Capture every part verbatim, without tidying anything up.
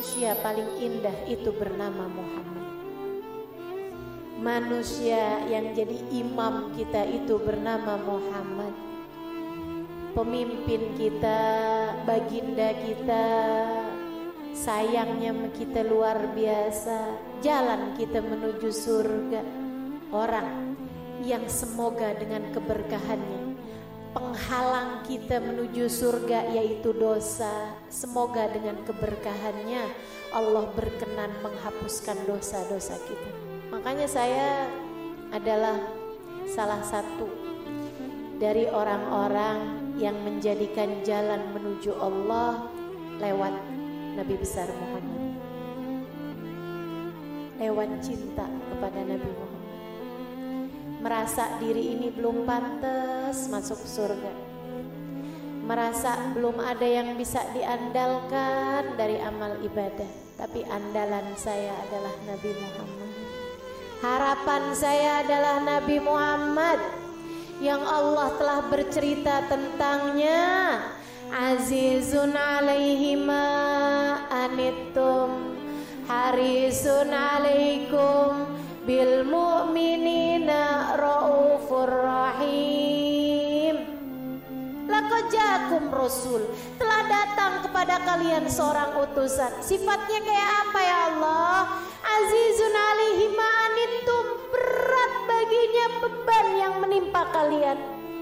manusia paling indah itu bernama Muhammad. Manusia yang jadi imam kita itu bernama Muhammad. Pemimpin kita, baginda kita, sayangnya kita luar biasa. Jalan kita menuju surga. Orang yang semoga dengan keberkahannya penghalang kita menuju surga yaitu dosa, semoga dengan keberkahannya Allah berkenan menghapuskan dosa-dosa kita. Makanya saya adalah salah satu dari orang-orang yang menjadikan jalan menuju Allah lewat Nabi besar Muhammad, lewat cinta kepada Nabi Muhammad. Merasa diri ini belum pantas masuk surga, merasa belum ada yang bisa diandalkan dari amal ibadah, tapi andalan saya adalah Nabi Muhammad. Harapan saya adalah Nabi Muhammad yang Allah telah bercerita tentangnya. Azizun alaihi ma anittum harisun alaikum bil mu'minina raufur rahim. Laqad ja'akum rasul, telah datang kepada kalian seorang utusan. Sifatnya kayak apa ya Allah? Azizun alaihi ma anittum, berat baginya beban yang menimpa kalian.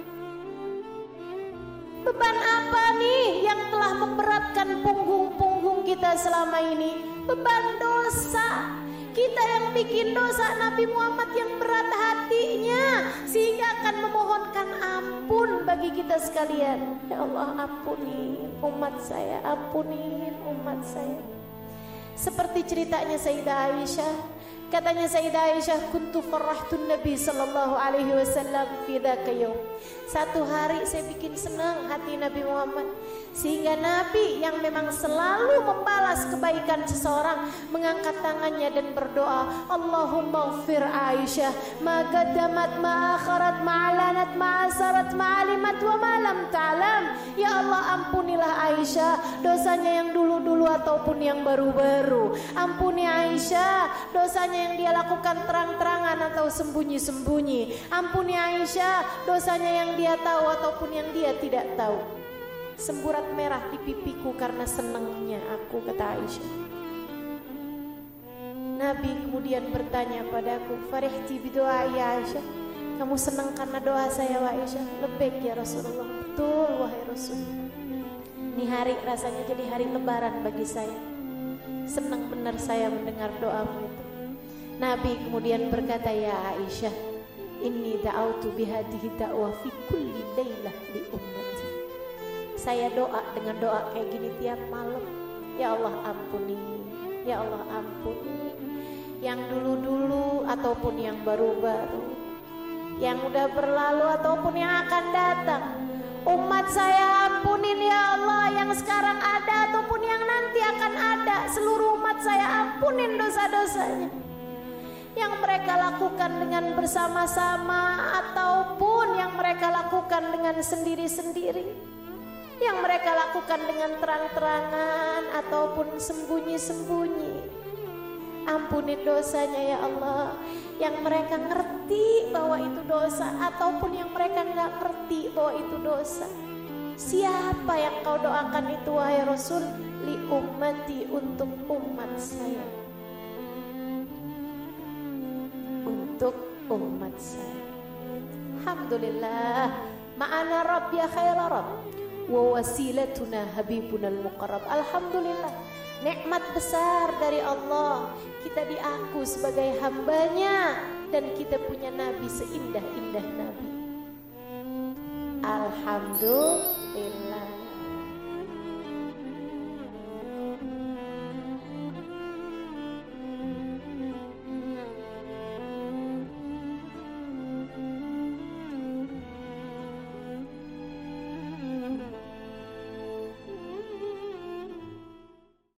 Beban apa nih yang telah memberatkan punggung-punggung kita selama ini? Beban dosa. Kita yang bikin dosa, Nabi Muhammad yang berat hatinya sehingga akan memohonkan ampun bagi kita sekalian. Ya Allah, ampuni umat saya, ampuni umat saya. Seperti ceritanya Sayyidah Aisyah, katanya Sayyidah Aisyah, kuntu farrahtun Nabi sallallahu alaihi wasallam fi dzaka yaum. Satu hari saya bikin senang hati Nabi Muhammad, sehingga Nabi yang memang selalu membalas kebaikan seseorang mengangkat tangannya dan berdoa, Allahumma ighfir Aisyah ma qaddamat ma akharat ma alanat ma asarat ma alimat wa ma lam ta'lam. Ya Allah, ampunilah Aisyah dosanya yang dulu-dulu ataupun yang baru-baru. Ampuni Aisyah dosanya yang dia lakukan terang-terangan atau sembunyi-sembunyi. Ampuni Aisyah dosanya yang dia tahu ataupun yang dia tidak tahu. Semburat merah di pipiku karena senangnya aku, kata Aisyah. Nabi kemudian bertanya padaku, farihti bidoa ya Aisyah, kamu senang karena doa saya wahai Aisyah? Lebih ya Rasulullah. Betul wahai Rasul. Ini hari rasanya jadi hari lebaran bagi saya. Senang benar saya mendengar doamu itu. Nabi kemudian berkata, ya Aisyah, inni da'autu bihadihi da'wa fi kulli laylah li ummati. Saya doa dengan doa kayak gini tiap malam. Ya Allah ampuni, ya Allah ampuni yang dulu-dulu ataupun yang baru-baru, yang udah berlalu ataupun yang akan datang. Umat saya ampunin ya Allah, yang sekarang ada ataupun yang nanti akan ada. Seluruh umat saya ampunin dosa-dosanya yang mereka lakukan dengan bersama-sama ataupun yang mereka lakukan dengan sendiri-sendiri, yang mereka lakukan dengan terang-terangan ataupun sembunyi-sembunyi. Ampuni dosanya ya Allah, yang mereka ngerti bahwa itu dosa ataupun yang mereka nggak ngerti bahwa itu dosa. Siapa yang kau doakan itu wahai Rasul? Li ummati, untuk umat saya, untuk umat saya. Alhamdulillah, ma'ana Rabbi khaira Rabb wa wasilatuna habibuna al-muqarrab. Alhamdulillah, nikmat besar dari Allah, kita diaku sebagai hambanya dan kita punya Nabi seindah-indah Nabi. Alhamdulillah.